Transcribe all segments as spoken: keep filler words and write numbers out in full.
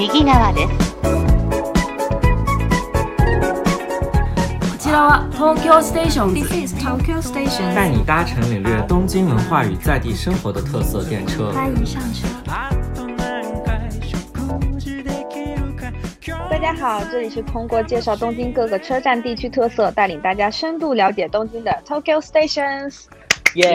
ねぎ川です。 こちらは東京ステーション This is Tokyo Station， 带你搭乘领略东京文化与在地生活的特色电车。 欢迎上车。 大家好，这里是通过介绍东京各个车站地区特色，带领大家深度了解东京的 Tokyo Stations。 耶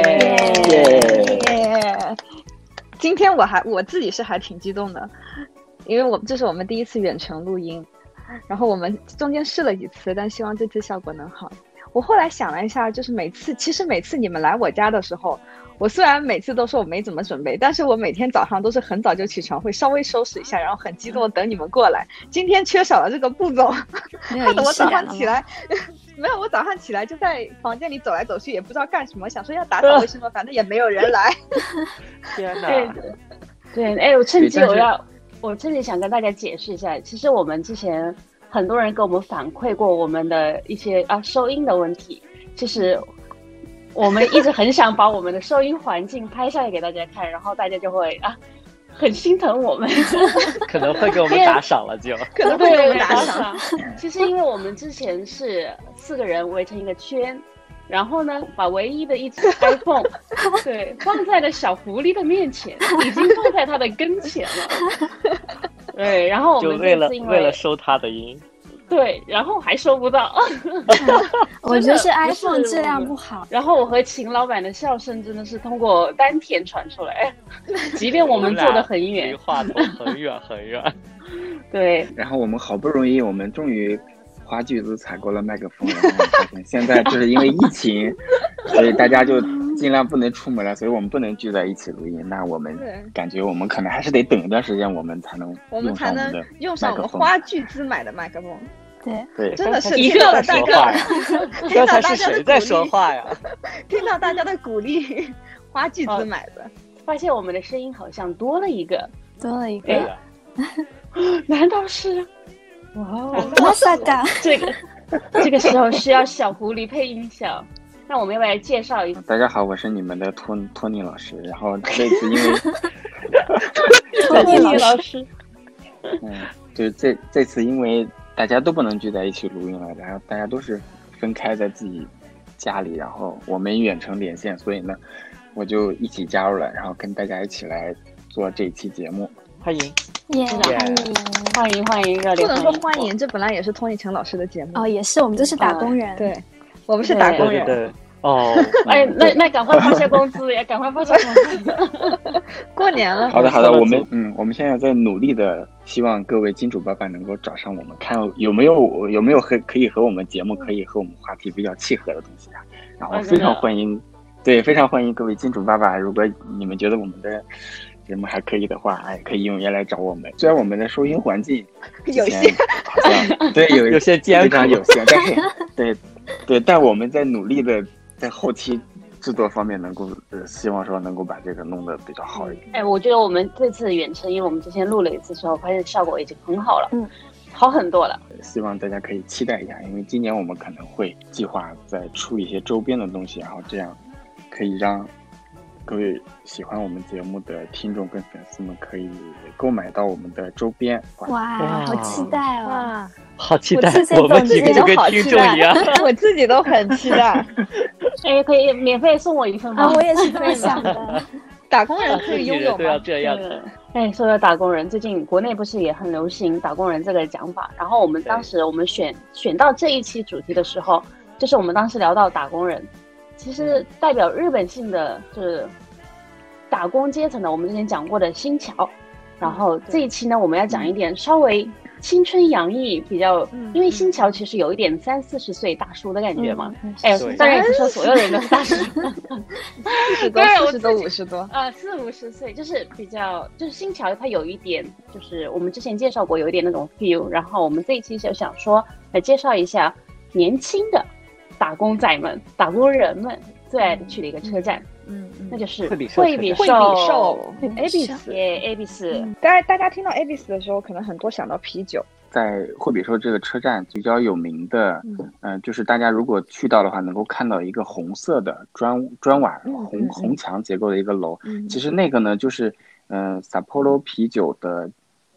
耶！今天我还我自己是还挺激动的，因为我这是我们第一次远程录音，然后我们中间试了几次，但希望这次效果能好。我后来想了一下，就是每次其实每次你们来我家的时候，我虽然每次都说我没怎么准备，但是我每天早上都是很早就起床，会稍微收拾一下，然后很激动等你们过来。今天缺少了这个步骤， 没有害得我早仪式感了上起来没有，我早上起来就在房间里走来走去，也不知道干什么，想说要打扫卫生嘛，反正也没有人来。 天哪！ 对对，哎，我趁机我要，我趁机想跟大家解释一下，其实我们之前很多人给我们反馈过我们的一些啊收音的问题，其实我们一直很想把我们的收音环境拍下来给大家看，然后大家就会啊很心疼我们， 可能会给我们打赏了就， 可能会给我们打赏。 其实因为我们之前是四个人围成一个圈，然后呢，把唯一的一只 iPhone 对放在了小狐狸的面前，已经放在他的跟前了。对，然后我们就为了这次因为了收他的音。 对，然后还收不到。 我觉得是真的 iPhone 不是质量不好。 然后我和秦老板的笑声真的是通过丹田传出来，即便我们坐得很离远， 话筒很远很远。 对， 然后我们好不容易，我们终于花巨资采购了麦克风，然后发现现在就是因为疫情，所以大家就尽量不能出门了，所以我们不能聚在一起录音。那我们对感觉我们可能还是得等一段时间，我们才能我们才能用上我们花巨资买的麦克风。 对， 对， 真的是一听到了大个说话家呀， 听到刚才大家的是谁在鼓励说话呀？ 听到大家的鼓励，花巨资买的。 发现我们的声音好像多了一个， 多了一对个。 的， 难道是？哇哦， まさか。 这个这个时候需要小狐狸配音效。那我们要不要来介绍一下？ 大家好，我是你们的托托尼老师。然后这次因为托尼老老师， 师， 嗯，对，这这次因为大家都不能聚在一起录音了，然后大家都是分开在自己家里，然后我们远程连线，所以呢，我就一起加入了，然后跟大家一起来做这一期节目。 欢迎。 耶，欢迎。 欢迎欢迎，热烈不能说迎！ 欢迎，这本来也是托尼陈老师的节目。 哦，也是，我们这是打工人。 对，我们是打工人。 对对对，哦， 哎，那那赶快发下工资呀！赶快发下工资。 过年了。 好的好的，我们嗯，我们现在在努力的，希望各位金主爸爸能够找上我们，看有没有有没有和可以和我们节目可以和我们话题比较契合的东西啊。然后非常欢迎，对，非常欢迎各位金主爸爸，如果你们觉得我们的节目还可以的话，哎，可以踊跃来找我们。虽然我们的收音环境有些好像对有有些艰苦非常有限，但是对对，但我们在努力的在后期制作方面能够呃，希望说能够把这个弄得比较好一点。 哎，我觉得我们这次远程，因为我们之前录了一次之后，发现效果已经很好了， 嗯， 好很多了。 希望大家可以期待一下，因为今年我们可能会计划再出一些周边的东西，然后这样可以让各位喜欢我们节目的听众跟粉丝们可以购买到我们的周边。 哇，好期待哦！ 哇， 好期待我自己， 我们几个就跟听众一样。 我自己都很期待。 哎，可以免费送我一份吗？ 啊，我也是这么想的。 打工人可以拥有都要吗？ 这样。 对哎，说到打工人，最近国内不是也很流行打工人这个讲法？然后我们当时我们选选到这一期主题的时候，就是我们当时聊到打工人，其实代表日本性的就是打工阶层的，我们之前讲过的新桥。然后这一期呢，我们要讲一点稍微青春洋溢，比较，因为新桥其实有一点三四十岁大叔的感觉嘛。 嗯哎， 对当然也不是说所有人都是大叔， 四十多、四十多、五十多。 呃，四五十岁，就是比较，就是新桥它有一点，就是我们之前介绍过，有一点那种 feel。然后我们这一期就想说来介绍一下年轻的打工仔们、打工人们最爱去的一个车站。 嗯嗯， 那就是惠比寿惠比惠比寿 ，Abis 耶，Abis。 大家大家听到 Abis 的时候，可能很多想到啤酒。 在惠比寿这个车站比较有名的，嗯、呃，就是大家如果去到的话，能够看到一个红色的砖砖瓦、 嗯、 红嗯红墙结构的一个楼。 嗯、 其实那个呢，就是嗯、呃，Sapporo 啤酒的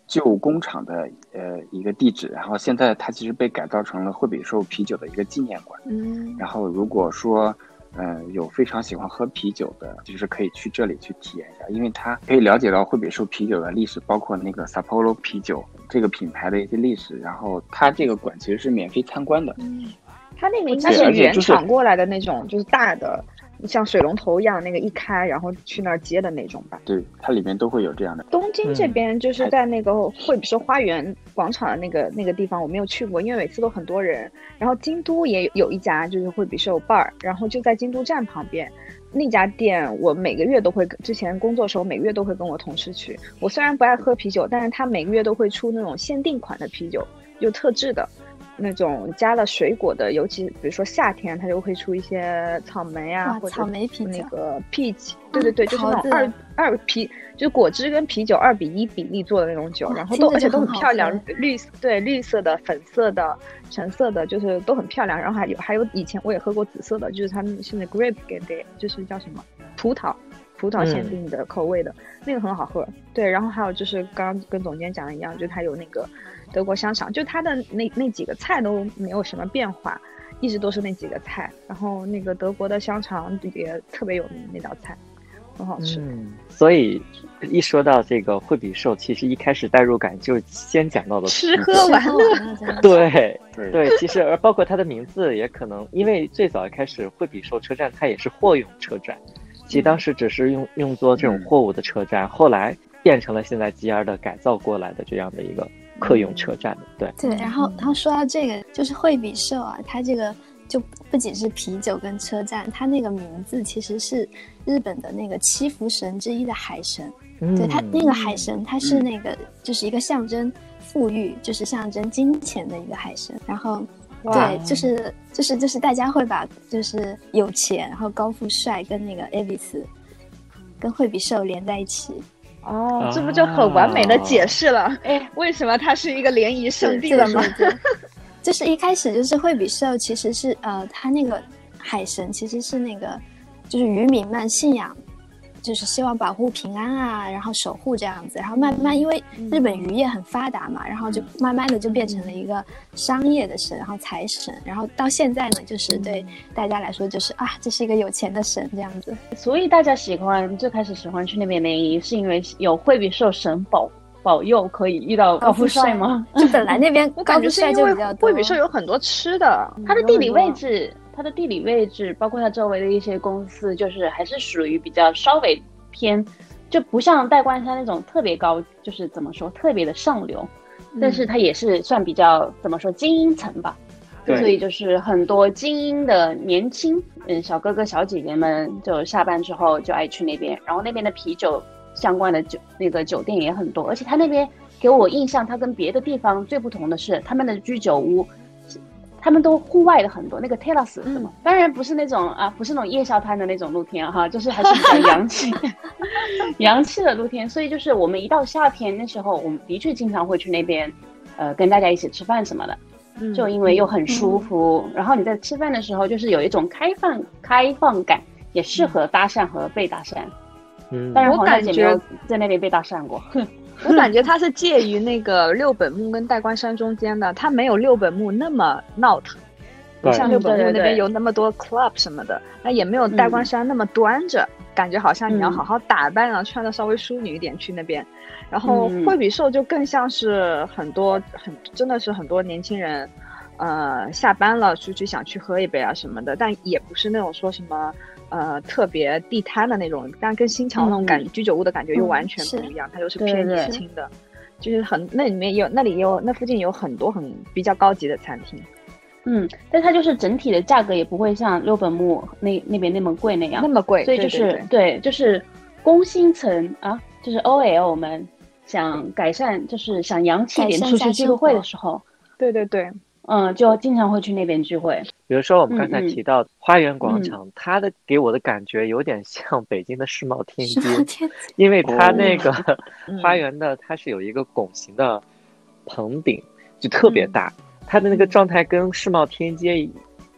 旧工厂的呃一个地址，然后现在它其实被改造成了惠比寿啤酒的一个纪念馆。 嗯， 然后如果说呃有非常喜欢喝啤酒的，就是可以去这里去体验一下，因为它可以了解到惠比寿啤酒的历史，包括那个 Sapporo 啤酒这个品牌的一些历史。然后它这个馆其实是免费参观的。 嗯，它那个应该是原厂过来的那种，就是大的。像水龙头一样，那个一开，然后去那儿接的那种吧。 对，它里面都会有这样的。 东京这边就是在那个惠比寿花园广场的那个那个地方，我没有去过，因为每次都很多人。然后京都也有一家就是惠比寿 bar， 然后就在京都站旁边。那家店我每个月都会，之前工作的时候每个月都会跟我同事去。我虽然不爱喝啤酒，但是他每个月都会出那种限定款的啤酒，就特制的。那种加了水果的，尤其比如说夏天，它就会出一些草莓啊，或者草莓啤酒， 那个 peach， 对对对，就是那种二二啤，就是果汁跟啤酒二比一比例做的那种酒，然后都而且都很漂亮，绿对绿色的、粉色的、橙色的，就是都很漂亮。然后还有还有以前我也喝过紫色的，就是他们现在 grape 给的，就是叫什么葡萄。葡萄限定的口味的、嗯、那个很好喝。对，然后还有就是刚刚跟总监讲的一样，就它有那个德国香肠，就它的那那几个菜都没有什么变化，一直都是那几个菜。然后那个德国的香肠也特别有名，那道菜很好吃。 嗯，所以一说到这个惠比寿，其实一开始代入感就先讲到了吃喝玩乐。 对对，其实而包括它的名字也可能，因为最早一开始惠比寿车站它也是货用车站。其实当时只是用用作这种货物的车站、嗯、后来变成了现在 G R 的改造过来的这样的一个客用车站。对对，然后然后说到这个就是惠比寿啊，它这个就不仅是啤酒跟车站，它那个名字其实是日本的那个七福神之一的海神、嗯、对，它那个海神它是那个、嗯、就是一个象征富裕，就是象征金钱的一个海神。然后对，就是就是就是大家会把就是有钱然后高富帅跟那个 Avis 跟惠比寿连在一起。 哦，这不就很完美的解释了哎、哦，为什么它是一个联谊圣地了吗？ 就是一开始就是惠比寿其实是呃它那个海神其实是那个就是渔民们信仰，就是希望保护平安啊，然后守护这样子。然后慢慢因为日本渔业很发达嘛，然后就慢慢的就变成了一个商业的神，然后财神。然后到现在呢，就是对大家来说就是啊，这是一个有钱的神这样子。 所以大家喜欢最开始喜欢去那边联谊，是因为有惠比寿神保保佑可以遇到高富帅吗？ 就本来那边高富帅就比较多。 惠比寿有很多吃的， 它的地理位置。它的地理位置包括它周围的一些公司，就是还是属于比较稍微偏，就不像代官山那种特别高，就是怎么说特别的上流、嗯、但是它也是算比较怎么说精英层吧。所以就是很多精英的年轻嗯小哥哥小姐姐们就下班之后就爱去那边，然后那边的啤酒相关的酒那个酒店也很多。而且它那边给我印象，它跟别的地方最不同的是他们的居酒屋他们都户外的很多，那个 terrace 什么、嗯，当然不是那种啊，不是那种夜宵摊的那种露天哈，就是还是比较洋气，洋气的露天。所以就是我们一到夏天那时候，我们的确经常会去那边，呃，跟大家一起吃饭什么的，嗯、就因为又很舒服、嗯，然后你在吃饭的时候就是有一种开放开放感，也适合搭讪和被搭讪。嗯，当然黄小姐没有在那边被搭讪过。 我感觉它是介于那个六本木跟代官山中间的，它没有六本木那么闹腾，不像六本木那边有那么多 club 什么的，那也没有代官山那么端着、嗯，感觉好像你要好好打扮啊，嗯、穿的稍微淑女一点去那边。然后惠比寿就更像是很多很真的是很多年轻人，呃，下班了出去想去喝一杯啊什么的，但也不是那种说什么。呃，特别地摊的那种，但跟新桥那种感觉、嗯、居酒屋的感觉又完全不一样，嗯、它又是偏年轻的，就是很那里面有那里有那附近有很多很比较高级的餐厅， 嗯，但它就是整体的价格也不会像六本木那那边那么贵那样， 那么贵， 所以就是对对对对，就是工薪层啊，就是 O L 们想改善，就是想洋气点出去聚个会的时候， 对对对。 嗯，就经常会去那边聚会。 比如说我们刚才提到花园广场、嗯、它的给我的感觉有点像北京的世贸天阶，因为它那个花园的它是有一个拱形的棚顶，就特别大、嗯、它的那个状态跟世贸天阶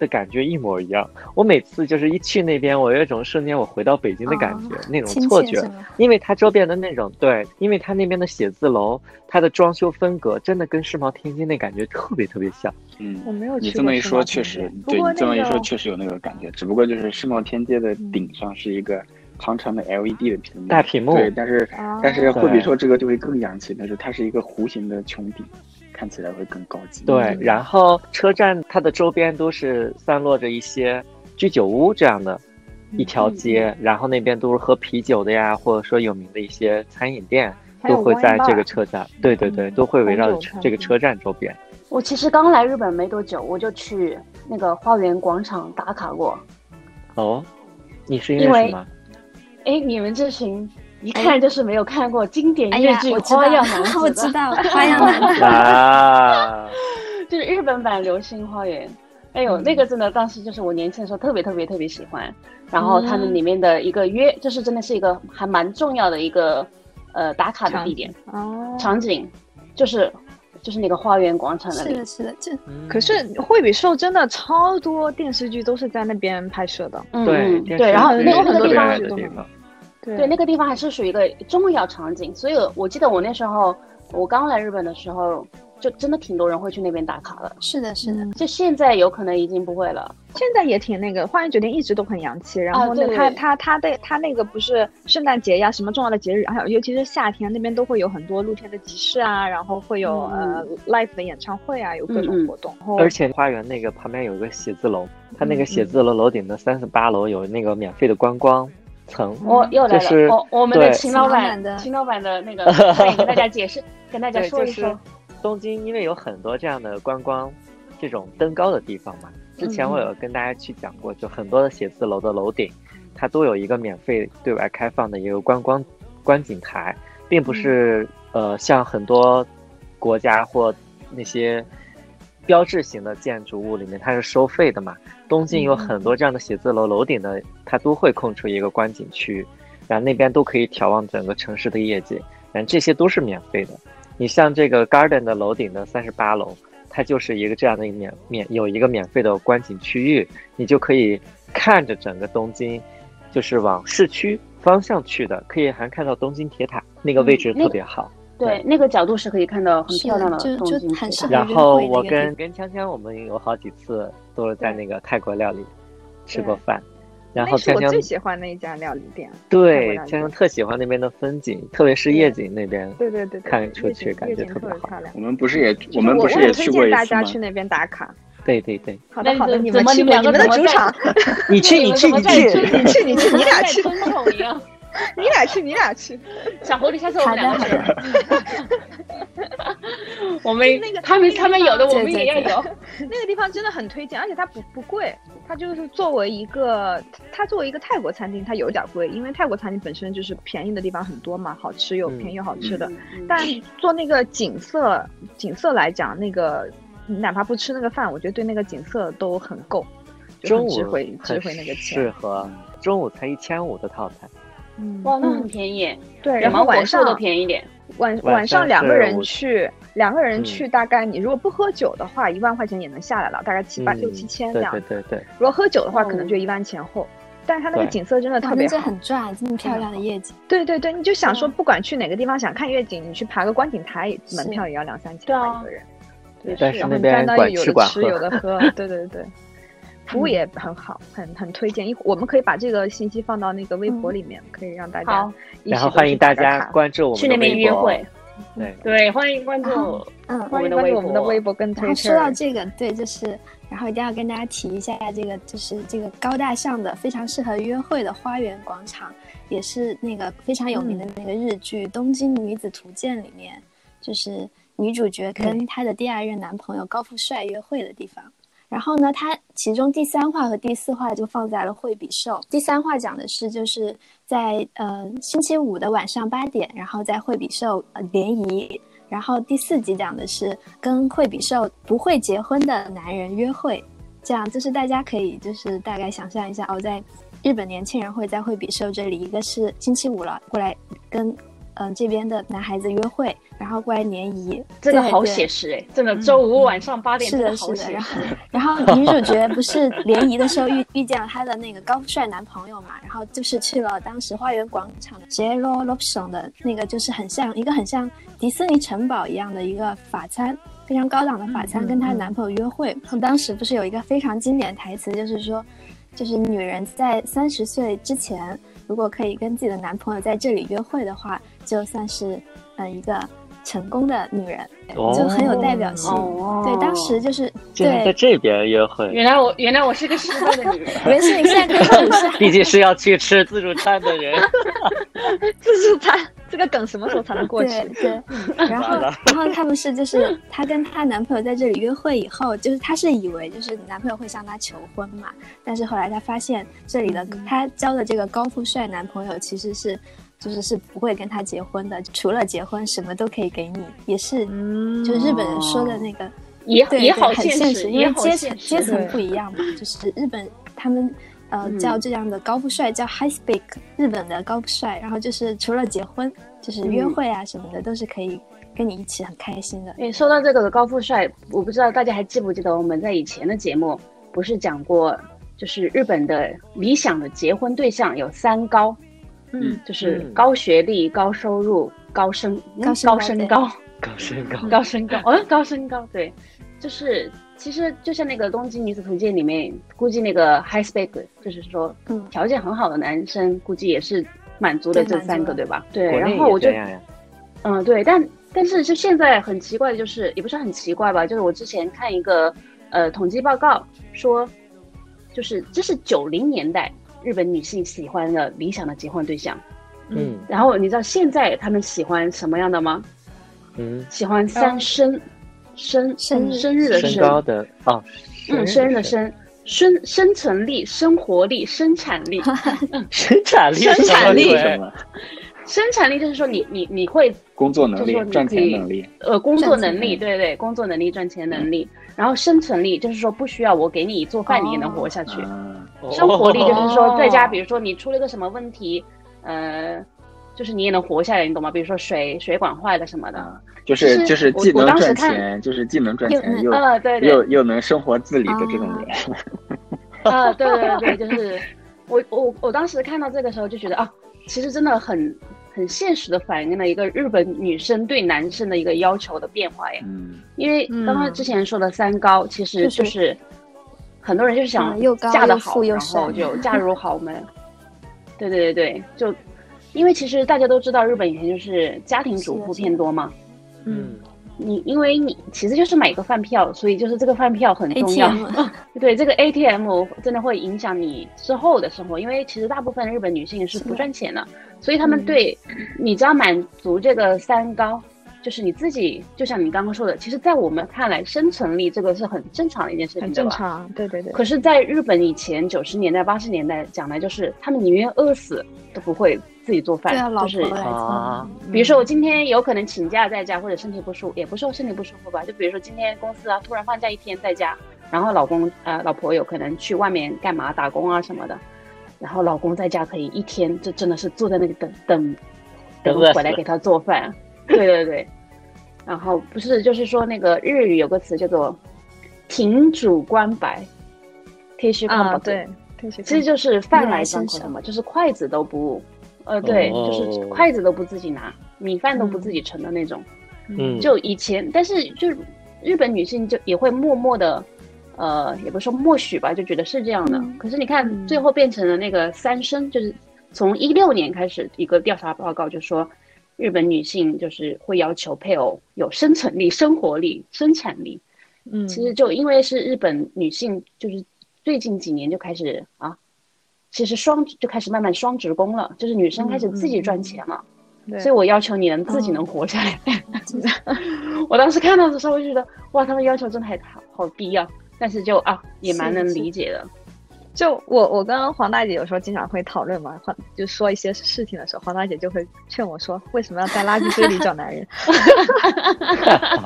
的感觉一模一样。我每次就是一去那边，我有一种瞬间我回到北京的感觉，哦、那种错觉，因为它周边的那种对，因为它那边的写字楼，它的装修风格真的跟世贸天阶那感觉特别特别像。 嗯， 我没有去过。 你这么一说，确实，对你这么一说，确实有那个感觉。只不过就是世贸天阶的顶上是一个长长的 L E D 的屏幕， 大屏幕。 对，但是、哦、但是惠比寿这个就会更洋气，但是它是一个弧形的穹顶，看起来会更高级。 对，嗯、然后车站它的周边都是散落着一些居酒屋这样的一条街，嗯、然后那边都是喝啤酒的呀，或者说有名的一些餐饮店都会在这个车站。对对对，都会围绕着这个车站周边。 我其实刚来日本没多久，我就去那个花园广场打卡过。 哦，你是因为什么？ 哎，你们这群一看就是没有看过经典日剧《花样男子》的、 哎、我知道，花样男子啊， 就是日本版《流星花园》。哎呦，那个真的当时就是我年轻的时候特别特别特别喜欢。然后他们里面的一个约，就是真的是一个还蛮重要的一个呃打卡的地点哦， 场景就是。就是那个花园广场那里， 是的，是的，这、 嗯、可是惠比寿真的超多电视剧都是在那边拍摄的， 嗯对对，然后那个那个地方， 地方对, 对那个地方还是属于一个重要场景，所以我记得我那时候我刚来日本的时候，就真的挺多人会去那边打卡的。 是的，是的， 就现在有可能已经不会了。 现在也挺那个，花园酒店一直都很洋气。然后呢，它它它的它那个不是圣诞节呀，什么重要的节日，还有尤其是夏天，那边都会有很多露天的集市啊，然后会有、嗯、呃 live 的演唱会啊，有各种活动。 嗯、 而且花园那个旁边有一个写字楼，它那个写字楼楼顶的三十八楼有那个免费的观光层。 我、嗯、又来了， 就是我我们的秦老板的秦老板的那个，给大家解释，跟大家说一说。 就是东京因为有很多这样的观光这种登高的地方嘛，之前我有跟大家去讲过，就很多的写字楼的楼顶它都有一个免费对外开放的一个观光观景台，并不是、嗯、呃像很多国家或那些标志型的建筑物里面它是收费的嘛。东京有很多这样的写字楼楼顶的，它都会空出一个观景区，然后那边都可以眺望整个城市的业绩，然后这些都是免费的。你像这个 Garden 的楼顶的三十八楼，它就是一个这样的一个免免有一个免费的观景区域，你就可以看着整个东京，就是往市区方向去的，可以还看到东京铁塔，那个位置特别好。 嗯、对, 对，那个角度是可以看到很漂亮的东京铁塔。 然后我跟跟锵锵，我们有好几次都是在那个泰国料理吃过饭。然后锵锵我最喜欢那一家料理店， 对，锵锵特喜欢那边的风景，特别是夜景那边， 对对对， 看出去感觉特别好。 我们不是也我们不是也去过一次吗？ 大家去那边打卡。 对对对， 好的好的，你们去过你们的主场， 你去你去你去你去你去你俩去， 跟疯狗一样。 你俩去，你俩去， 小狐狸，下次我们两个去。我们那个他们他们有的，我们也要有。 那个地方真的很推荐，而且它不不贵，它就是作为一个它作为一个泰国餐厅，它有点贵，因为泰国餐厅本身就是便宜的地方很多嘛，好吃又便宜又好吃的。 嗯嗯、 但做那个景色景色来讲，那个你哪怕不吃那个饭，我觉得对那个景色都很够， 中午值回值回那个钱。 适合中午才一千五的套餐。 嗯，哇，那很便宜。 对，然后晚上都便宜点。 晚晚上两个人去，两个人去，大概你如果不喝酒的话，一万块钱也能下来了，大概七八、嗯、六七千这样。 对对对对。 如果喝酒的话，可能就一万前后。但是它那个景色真的特别好， 这很赚，这么漂亮的夜景。 对对对，你就想说，不管去哪个地方想看夜景，你去爬个观景台，门票也要两三千吧一个人。 对，但是那边管吃管喝， 有的喝。对对对。服务也很好，很很推荐。一我们可以把这个信息放到那个微博里面，嗯、可以让大家一起。 然后欢迎大家关注我们的微博， 去那边约会。 对对，欢迎关注， 嗯， 欢迎关注我们的微博跟推特。 然后说到这个，对，就是然后一定要跟大家提一下这个，就是这个高大上的、非常适合约会的花园广场，也是那个非常有名的那个日剧《东京女子图鉴》里面，就是女主角跟她的第二任男朋友高富帅约会的地方。然后呢，它其中第三话和第四话就放在了惠比寿。第三话讲的是就是在呃星期五的晚上八点，然后在惠比寿呃联谊。然后第四集讲的是跟惠比寿不会结婚的男人约会。这样就是大家可以就是大概想象一下哦，在日本年轻人会在惠比寿这里，一个是星期五了过来跟嗯、呃、这边的男孩子约会，然后过来联谊， 这个好写实哎，真的周五晚上八点， 是的，是的。然后然后女主角不是联谊的时候遇遇见了她的那个高富帅男朋友嘛，然后就是去了当时花园广场的 Jello Lobson 的那个，就是很像一个很像迪士尼城堡一样的一个法餐。非常高档的法餐，跟她男朋友约会。嗯、当时不是有一个非常经典的台词，就是说，就是女人在三十岁之前，如果可以跟自己的男朋友在这里约会的话，就算是嗯、呃、一个成功的女人，哦、就很有代表性。哦、对，当时就是对在这边约会。 原来我原来我是个失败的女人， 没事，你现在可以说你是， 毕竟是要去吃自助餐的人。 自助餐。这个梗什么时候才能过去？ 对对，然后然后他们是就是她跟她男朋友在这里约会以后，就是她是以为就是男朋友会向她求婚嘛，但是后来她发现这里的她交的这个高富帅男朋友其实是就是是不会跟她结婚的，除了结婚什么都可以给你，也是就是日本人说的那个也对也好很现实，因为阶层阶阶层不一样嘛，就是日本他们。呃，叫这样的高富帅叫 high spec， 日本的高富帅，然后就是除了结婚，就是约会啊什么的，嗯、都是可以跟你一起很开心的。 诶，说到这个高富帅，我不知道大家还记不记得我们在以前的节目不是讲过，就是日本的理想的结婚对象有三高，嗯，就是高学历、高收入、高身、嗯、高身高、 高身高、 高身高，嗯，高身高，对，就是。其实就像那个《东京女子图鉴》里面，估计那个 high spec 就是说，嗯，条件很好的男生，估计也是满足的这三个，对吧？对，然后我就，嗯，对，但但是就现在很奇怪的就是，也不是很奇怪吧，就是我之前看一个呃统计报告说，就是这是九零年代日本女性喜欢的理想的结婚对象，嗯，然后你知道现在他们喜欢什么样的吗？嗯，喜欢三生。嗯生生生日的生， 身高的哦， 嗯，生日的生，生生存力、生活力、生产力， 生产力， 生产力什么？生产力就是说你你你会工作能力、赚钱能力， 呃，工作能力，对对，工作能力、赚钱能力。然后生存力就是说不需要我给你做饭，你也能活下去。生活力就是说在家，比如说你出了个什么问题，呃，就是你也能活下来，你懂吗？比如说水水管坏了什么的。 就是就是既能赚钱，就是既能赚钱又呃对对又又能生活自理的这种人。 啊，对对对，就是我我我当时看到这个时候就觉得啊，其实真的很很现实的反映了一个日本女生对男生的一个要求的变化呀。嗯，因为刚刚之前说的三高，其实就是很多人就是想嫁得好，然后就嫁入豪门。对对对对，就因为其实大家都知道日本以前就是家庭主妇偏多嘛。嗯，你因为你其实就是买个饭票，所以就是这个饭票很重要。对，这个 A T M 真的会影响你之后的生活，因为其实大部分日本女性是不赚钱的，所以他们对、嗯、你只要满足这个三高，就是你自己，就像你刚刚说的，其实在我们看来，生存力这个是很正常的一件事情， 很正常，对对对。 可是，在日本以前九十年代、八十年代讲的就是他们宁愿饿死都不会自己做饭， 啊、 就是啊， 比如说我今天有可能请假在家，或者身体不舒服，也不是说身体不舒服吧，就比如说今天公司啊突然放假一天在家，然后老公呃老婆有可能去外面干嘛打工啊什么的，然后老公在家可以一天就真的是坐在那里等等等回来给他做饭，对对对。然后不是就是说那个日语有个词叫做停主关白，贴须看啊，对， 其实就是饭来张口的嘛，就是筷子都不，呃，对，哦、就是筷子都不自己拿，米饭都不自己盛的那种。嗯，就以前，但是就日本女性就也会默默的，呃，也不是说默许吧，就觉得是这样的。嗯、可是你看，最后变成了那个三生，就是从一六年开始一个调查报告就说，日本女性就是会要求配偶有生存力、生活力、生产力。嗯，其实就因为是日本女性，就是最近几年就开始啊，其实双就开始慢慢双职工了，就是女生开始自己赚钱了。嗯嗯、所以我要求你能自己能活下来。嗯、我当时看到的时候，我就觉得哇，他们要求真的还好好低啊，但是就啊也蛮能理解的。 就我我跟黄大姐有时候经常会讨论嘛，就说一些事情的时候，黄大姐就会劝我说，为什么要在垃圾堆里找男人？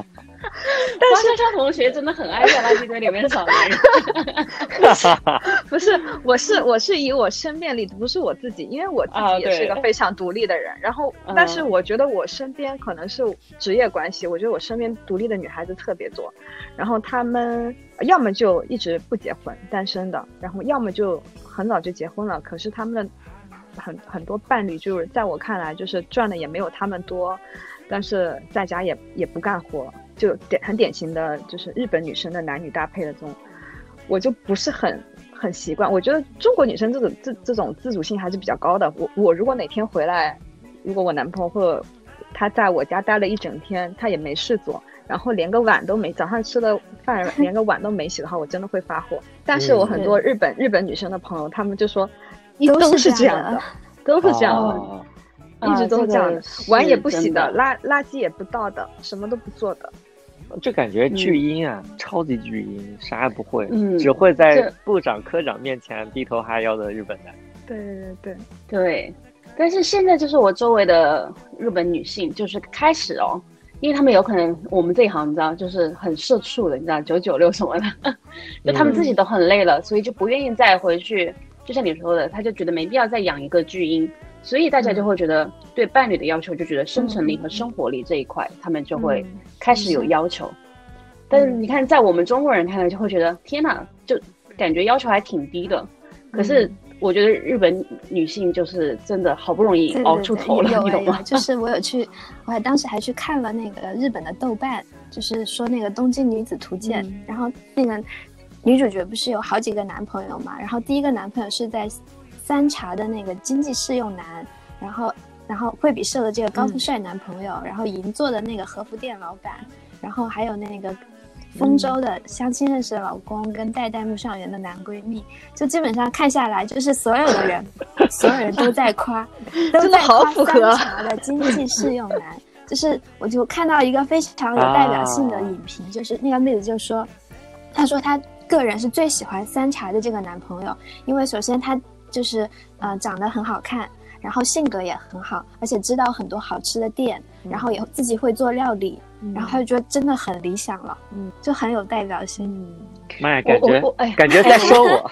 但是超同学真的很爱在垃圾堆里面找男人。 不是，我是我是以我身边里，不是我自己，因为我自己也是一个非常独立的人。然后，但是我觉得我身边可能是职业关系，我觉得我身边独立的女孩子特别多。然后她们要么就一直不结婚，单身的，然后要么就很早就结婚了。可是她们的很很多伴侣，就是在我看来，就是赚的也没有他们多，但是在家也也不干活，就典很典型的就是日本女生的男女搭配的这种。我就不是很很习惯，我觉得中国女生这种这这种自主性还是比较高的。我我如果哪天回来，如果我男朋友或者他在我家待了一整天，他也没事做，然后连个碗都没，早上吃的饭连个碗都没洗的话，我真的会发火。但是我很多日本、嗯、日本女生的朋友，他们就说都是这样的，都是这样的， 哦、 一直都是这样的，碗也不洗的，垃垃圾也不倒的，什么都不做的。 就感觉巨婴啊、嗯、超级巨婴，啥也不会、嗯、只会在部长科长面前低头哈腰的日本人。 对对对对，但是现在就是我周围的日本女性就是开始哦，因为他们有可能我们这一行你知道就是很社畜的，你知道九九六什么的，就他们自己都很累了、嗯、所以就不愿意再回去，就像你说的，他就觉得没必要再养一个巨婴，所以大家就会觉得对伴侣的要求，就觉得生存力和生活力这一块、嗯、他们就会开始有要求、嗯、但是你看在我们中国人看来就会觉得天哪，就感觉要求还挺低的、嗯、可是我觉得日本女性就是真的好不容易熬出头了，你懂吗？ 就是我有去我还当时还去看了那个日本的豆瓣，就是说那个东京女子图鉴、嗯、然后那个女主角不是有好几个男朋友嘛，然后第一个男朋友是在三茶的那个经济适用男，然后然后惠比寿的这个高富帅男朋友、嗯、然后银座的那个和服店老板，然后还有那个丰州的相亲认识的老公、嗯、跟代代木上园的男闺蜜，就基本上看下来就是所有的人所有人都在夸都在夸三茶的经济适用男就是我就看到一个非常有代表性的影评、啊、就是那个妹子就说，她说她个人是最喜欢三茶的这个男朋友，因为首先他就是呃长得很好看，然后性格也很好，而且知道很多好吃的店、嗯、然后也自己会做料理、嗯、然后他就觉得真的很理想了，嗯，就很有代表性。 妈呀，感觉感觉在说我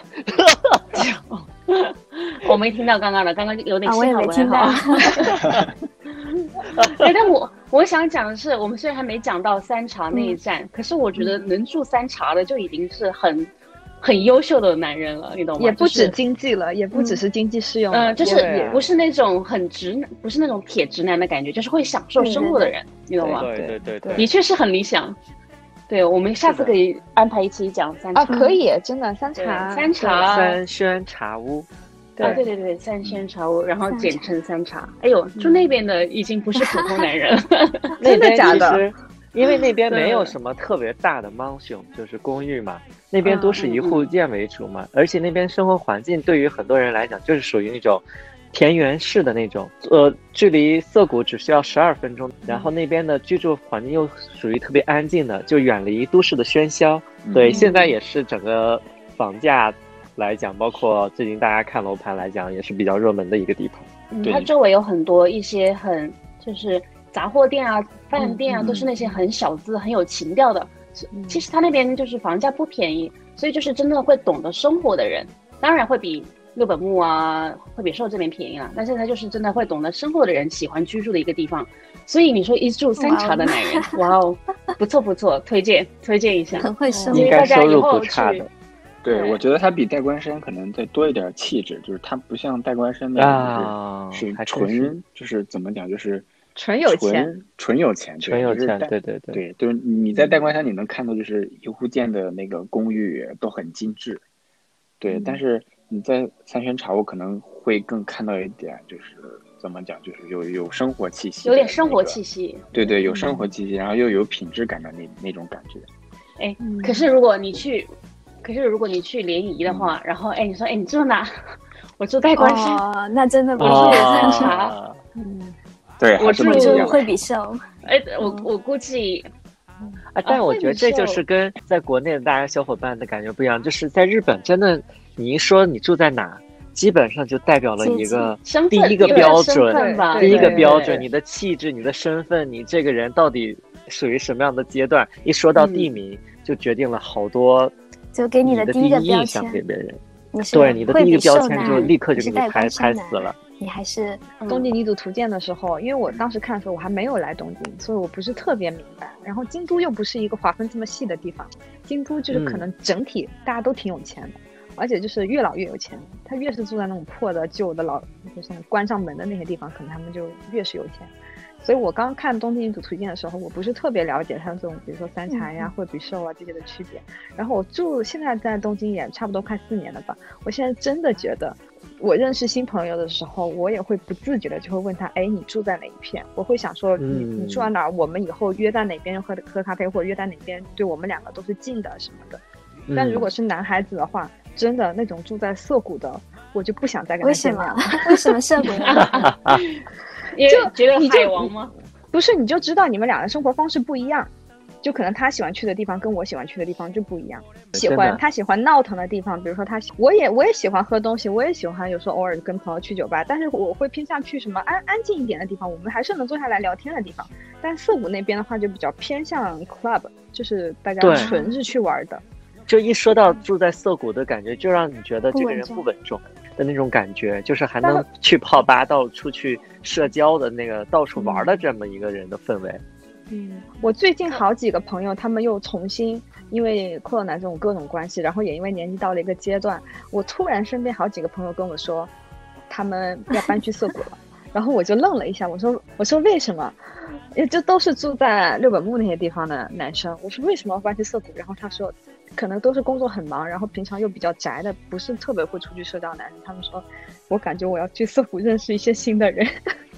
我没听到刚刚的，刚刚有点信号不太好、 啊、我也没听到对，但我我想讲的是，我们虽然还没讲到三茶那一站、嗯、可是我觉得能住三茶的就已经是很很优秀的男人了，你懂吗？ 也不止经济了、就是、也不只是经济适用了， 嗯、呃，就是也不是那种很直男，不是那种铁直男的感觉，就是会享受生活的人，你懂吗？ 对对对对， 的确是很理想。对，我们下次可以安排一起讲三茶啊，可以，真的三茶， 三茶， 三轩茶屋。 对、啊、对对对，三轩茶屋，然后简称三茶。哎呦，住那边的已经不是普通男人了， 真的假的？ 因为那边没有什么特别大的 mansion， 就是公寓嘛，那边都是一户建为主嘛、嗯嗯，而且那边生活环境对于很多人来讲就是属于那种田园式的那种，呃，距离涩谷只需要十二分钟，然后那边的居住环境又属于特别安静的，就远离都市的喧嚣。对，嗯、现在也是整个房价来讲，包括最近大家看楼盘来讲，也是比较热门的一个地方。 嗯，它周围有很多一些很就是杂货店啊、饭店啊，嗯、都是那些很小资、很有情调的。嗯、其实它那边就是房价不便宜，所以就是真的会懂得生活的人，当然会比六本木啊、惠比寿这边便宜了，但是他就是真的会懂得生活的人喜欢居住的一个地方。所以你说一住三茶的男人，哇哦，不错不错，推荐推荐一下， 很会生活， 应该收入不差的。 对，对，我觉得他比代官山可能再多一点气质，就是他不像代官山那样，就是、啊、是纯，就是怎么讲，就是纯有钱， 纯有钱， 纯有钱，对对对对，就是你在代官山你能看到，就是一户建的那个公寓都很精致，对，嗯、但是你在三轩茶屋可能会更看到一点，就是怎么讲，就是有有生活气息、那个， 有点生活气息， 对对，有生活气息，嗯、然后又有品质感的那那种感觉。 哎，可是如果你去。可是如果你去联谊的话，嗯、然后哎，你说哎，你住哪？我住代官山， 哦，那真的不是三茶。 嗯，对， 我住惠比寿。 哎，我我估计， 啊，但我觉得这就是跟在国内的大家小伙伴的感觉不一样，就是在日本真的，你一说你住在哪，基本上就代表了一个第一个标准，第一个标准，你的气质、你的身份，你这个人到底属于什么样的阶段。一说到地名，嗯、就决定了好多， 就给你的第一个标签给别人。 你是对你的第一个标签就立刻就给你拍拍死了。 你还是东京地图图鉴的时候，因为我当时看的时候我还没有来东京，所以我不是特别明白。然后京都又不是一个划分这么细的地方，京都就是可能整体大家都挺有钱的，嗯、而且就是越老越有钱。他越是住在那种破的旧的老，就是关上门的那些地方，可能他们就越是有钱。所以我刚看东京地图图鉴的时候，我不是特别了解它这种，比如说三茶呀、惠比寿啊这些的区别。然后我住现在在东京也差不多快四年了吧，我现在真的觉得，我认识新朋友的时候，我也会不自觉的就会问他，哎，你住在哪一片？我会想说，你你住在哪儿？我们以后约在哪边喝喝咖啡，或者约在哪边，对我们两个都是近的什么的。但如果是男孩子的话，真的那种住在涩谷的，我就不想再跟他见面了。 为什么涩谷呢？ 就觉得海王吗？ 不是，你就知道你们俩的生活方式不一样，就可能他喜欢去的地方跟我喜欢去的地方就不一样。喜欢他喜欢闹腾的地方，比如说他，我也我也喜欢喝东西，我也喜欢有时候偶尔跟朋友去酒吧，但是我会偏向去什么安安静一点的地方，我们还是能坐下来聊天的地方。但涩谷那边的话就比较偏向 club， 就是大家纯是去玩的。 就一说到住在涩谷的感觉，就让你觉得这个人不稳重的那种感觉，就是还能去泡吧到处去社交的那个到处玩的这么一个人的氛围。 嗯，我最近好几个朋友他们又重新因为corona这种各种关系，然后也因为年纪到了一个阶段，我突然身边好几个朋友跟我说他们要搬去涩谷了。然后我就愣了一下，我说我说为什么？也就都是住在六本木那些地方的男生，我说为什么要搬去涩谷？然后他说可能都是工作很忙，然后平常又比较宅的，不是特别会出去社交的男生。他们说我感觉我要去涩谷认识一些新的人。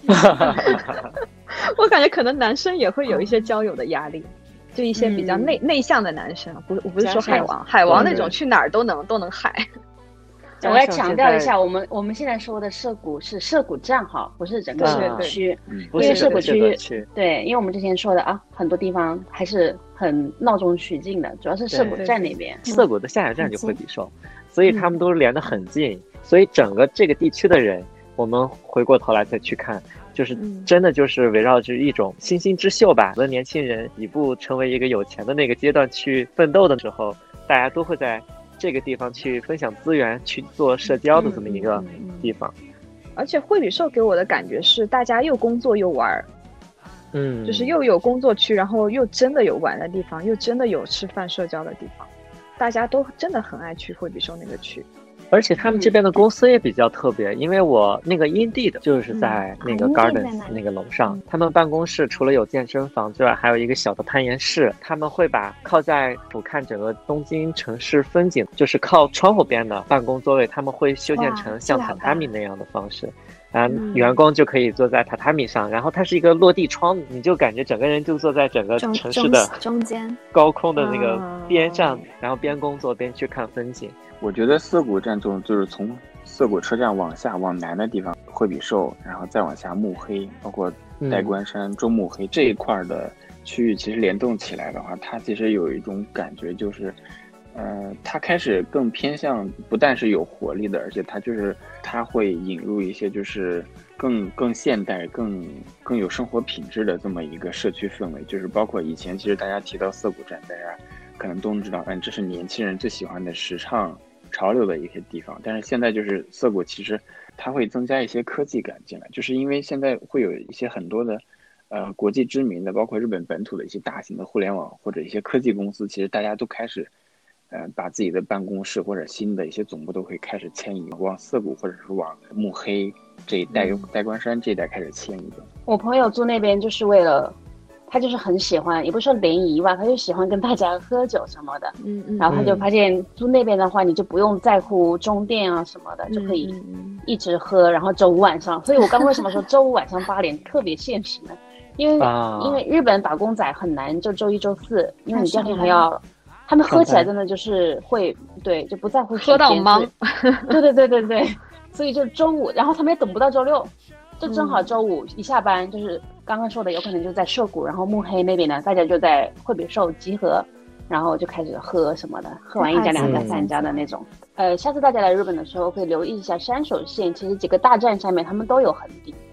我感觉可能男生也会有一些交友的压力，就一些比较内、嗯、内向的男生，不我不是说海王海王那种去哪儿都能都能嗨。 我要强调一下，我们我们现在说的涩谷是涩谷站哈，不是整个涩谷区，因为涩谷区对，因为我们之前说的啊，很多地方还是很闹中取静的，主要是涩谷站那边。 涩谷的下一站就惠比寿，所以他们都连得很近，嗯、所以整个这个地区的人，我们回过头来再去看，就是真的就是围绕着一种星星之秀吧。很多年轻人一步成为一个有钱的那个阶段去奋斗的时候，大家都会在这个地方去分享资源，去做社交的这么一个地方。 嗯嗯嗯、而且惠比寿给我的感觉是大家又工作又玩，嗯，就是又有工作区，然后又真的有玩的地方，又真的有吃饭社交的地方，大家都真的很爱去惠比寿那个区。 而且他们这边的公司也比较特别，因为我那个英帝的就是在那个 Gardens 那个楼上，他们办公室除了有健身房之外，还有一个小的攀岩室。他们会把靠在俯瞰整个东京城市风景，就是靠窗户边的办公座位，他们会修建成像榻榻米那样的方式。然后员工就可以坐在榻榻米上，然后它是一个落地窗，你就感觉整个人就坐在整个城市的中间高空的那个边上，然后边工作边去看风景。 我觉得涩谷站中就是从涩谷车站往下往南的地方惠比寿，然后再往下目黑，包括代官山、中目黑这一块的区域，其实联动起来的话，它其实有一种感觉，就是呃，它开始更偏向不但是有活力的，而且它就是它会引入一些就是更更现代、更更有生活品质的这么一个社区氛围。就是包括以前其实大家提到涩谷站，大家可能都能知道，嗯，这是年轻人最喜欢的时尚潮流的一些地方。但是现在就是涩谷其实它会增加一些科技感进来，就是因为现在会有一些很多的呃国际知名的，包括日本本土的一些大型的互联网或者一些科技公司，其实大家都开始呃，把自己的办公室或者新的一些总部都会开始迁移往涩谷或者是往目黑这一带、代官山这一带开始迁移的。 我朋友住那边就是为了，他就是很喜欢，也不是说联谊吧，他就喜欢跟大家喝酒什么的。嗯嗯。然后他就发现住那边的话，你就不用在乎中电啊什么的，嗯、就可以一直喝。然后周五晚上，所以我刚为什么说周五晚上八点特别现实呢？因为、啊、因为日本打工仔很难就周一周四，因为你第二天还要。他们喝起来真的就是会，对，就不在乎喝到忙， 对对对对对，所以就周五，然后他们也等不到周六，就正好周五一下班，嗯、就是刚刚说的，有可能就在涩谷，然后目黑那边呢，大家就在惠比寿集合，然后就开始喝什么的，喝完一家、两家、三家的那种。呃，下次大家来日本的时候，可以留意一下山手线，其实几个大站下面他们都有横丁。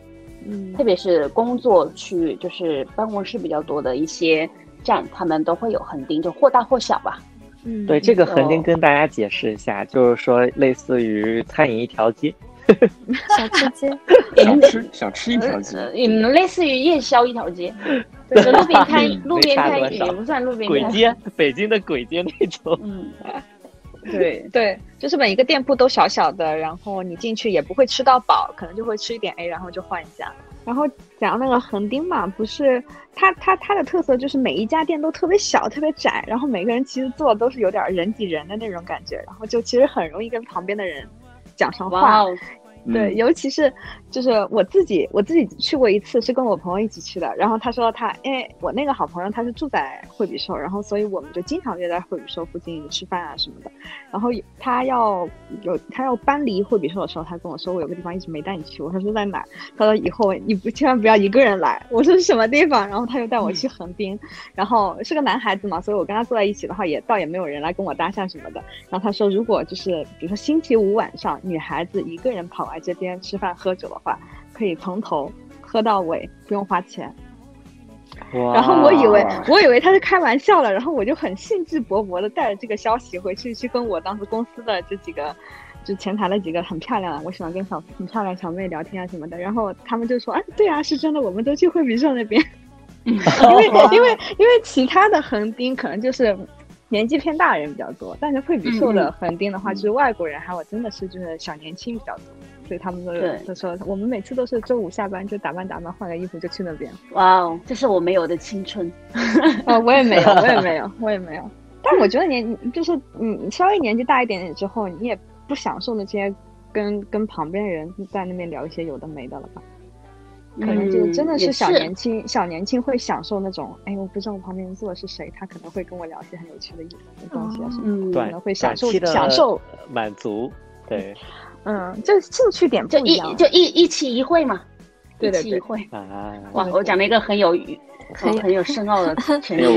嗯，特别是工作区域，就是办公室比较多的一些站，他们都会有横钉，就或大或小吧。 嗯，对，这个横钉跟大家解释一下，就是说类似于餐饮一条街。 小吃街， 小吃小吃一条街， 嗯，类似于夜宵一条街，对，路边摊，路边摊也不算路边摊， 鬼街，北京的鬼街那种。 嗯， 对对，就是每一个店铺都小小的，然后你进去也不会吃到饱，可能就会吃一点 A， 然后就换一家。然后讲那个横钉嘛，不是它它它的特色就是每一家店都特别小特别窄，然后每个人其实做的都是有点人挤人的那种感觉，然后就其实很容易跟旁边的人讲上话。对，尤其是就是我自己我自己去过一次，是跟我朋友一起去的，然后他说他因为我那个好朋友他是住在惠比寿，然后所以我们就经常约在惠比寿附近吃饭啊什么的，然后他要有他要搬离惠比寿的时候，他跟我说我有个地方一直没带你去，我说是在哪，他说以后你不千万不要一个人来，我说是什么地方，然后他又带我去横滨、嗯、然后是个男孩子嘛，所以我跟他坐在一起的话也倒也没有人来跟我搭讪什么的，然后他说如果就是比如说星期五晚上女孩子一个人跑来这边吃饭喝酒的话，可以从头喝到尾不用花钱。然后我以为我以为他是开玩笑的，然后我就很兴致勃勃的带着这个消息回去去跟我当时公司的这几个就前台的几个很漂亮的，我喜欢跟小很漂亮小妹聊天啊什么的，然后他们就说哎对啊是真的，我们都去惠比寿那边因为因为因为其他的横滨可能就是年纪偏大的人比较多，但是惠比寿的横滨的话、嗯、就是外国人还有真的是就是小年轻比较多，所以他们都就说我们每次都是周五下班就打扮打扮换个衣服就去那边。 哇哦，这是我没有的青春哦，我也没有我也没有我也没有但我觉得年就是你稍微年纪大一点点之后，你也不享受那些跟跟旁边人在那边聊一些有的没的了吧，可能就真的是小年轻、嗯、小年轻会享受那种哎我不知道我旁边人坐的是谁，他可能会跟我聊一些很有趣的东西啊什么、嗯、可能会享受享受满足。对， 嗯，就兴趣点不一样， 就一就一一期一会嘛， 对对对， 一期一会啊！ 哇，我讲了一个很有很很有深奥的成语，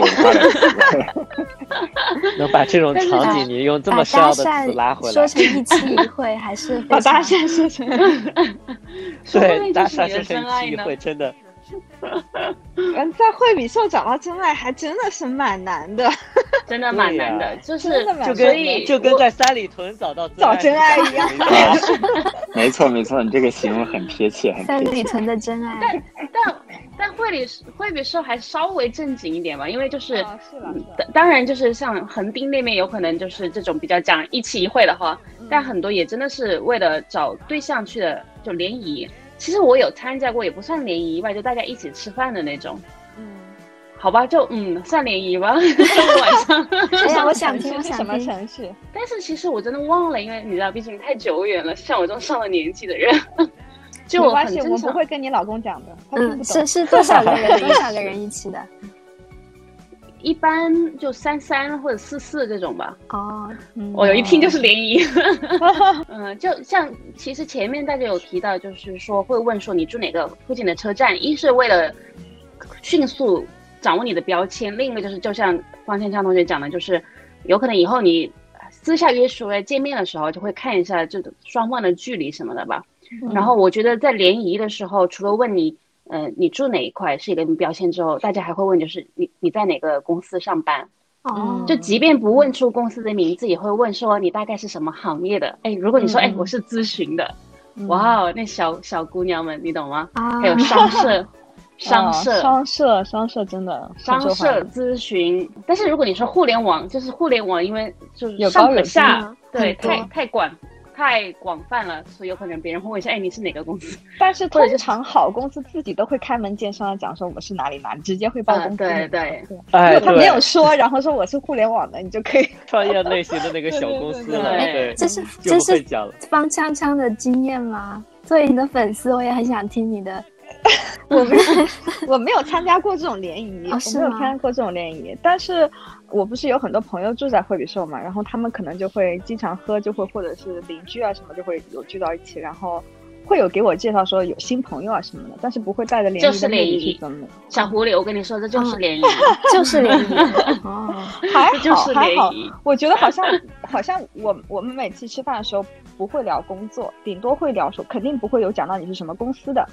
能把这种场景你用这么深奥的词拉回来， 说成一期一会，还是把搭讪说成对搭讪说成一期一会，真的。 嗯，在惠比寿找到真爱还真的是蛮难的， 真的蛮难的，就是就跟就跟在三里屯找到找真爱一样。 没错没错，你这个形容很贴切，很贴切。 三里屯的真爱。 但但但惠比惠比寿还稍微正经一点吧，因为就是、 哦、是了是了， 当然就是像横滨那边有可能就是这种比较讲一期一会的话、嗯，但很多也真的是为了找对象去的，就联谊。其实我有参加过，也不算联谊吧，就大家一起吃饭的那种。嗯，好吧，就嗯算联谊吧。晚上， 哎呀，我想听，我想听什么城市？ 但是其实我真的忘了，因为你知道，毕竟太久远了，像我这种上了年纪的人，就没关系，我不会跟你老公讲的，他听不懂。 嗯，是是多少个人？多少个人一起的？ 一般就三三或者四四这种吧。 哦， 嗯、我有一听就是联谊。嗯，就像其实前面大家有提到，就是说会问说你住哪个附近的车站，一是为了迅速掌握你的标签，另一个就是就像方千昌同学讲的，就是有可能以后你私下约出来见面的时候，就会看一下这个双方的距离什么的吧。嗯、然后我觉得在联谊的时候，除了问你。呃，你住哪一块是一个标签之后，大家还会问就是你你在哪个公司上班？哦，就即便不问出公司的名字，也会问说你大概是什么行业的。哎，如果你说哎、嗯、我是咨询的，嗯、哇哦，那小小姑娘们你懂吗？啊、还有商社，商社， 哦、商社，商社真的商社咨询。但是如果你说互联网，就是互联网，因为就是上和下，对，太太广。太广泛了，所以有可能别人会问一下，哎，你是哪个公司？ 但是通常好公司自己都会开门见山的讲说我们是哪里哪里，直接会报公司。 嗯、对对对，哎，他没有说，然后说我是互联网的，你就可以创业类型的那个小公司了。 对， 对， 对， 对， 这是这是方锵锵的经验吗？作为你的粉丝，我也很想听你的。 我没有，我没有参加过这种联谊、 哦， 我没有参加过这种联谊，但是我不是有很多朋友住在惠比寿嘛，然后他们可能就会经常喝，就会或者是邻居啊什么就会有聚到一起，然后会有给我介绍说有新朋友啊什么的，但是不会带着联谊的目的去怎么。 小狐狸，我跟你说，这就是联谊， 就是联谊。哦， 还好还好，我觉得好像好像我我们每次吃饭的时候不会聊工作，顶多会聊说，肯定不会有讲到你是什么公司的。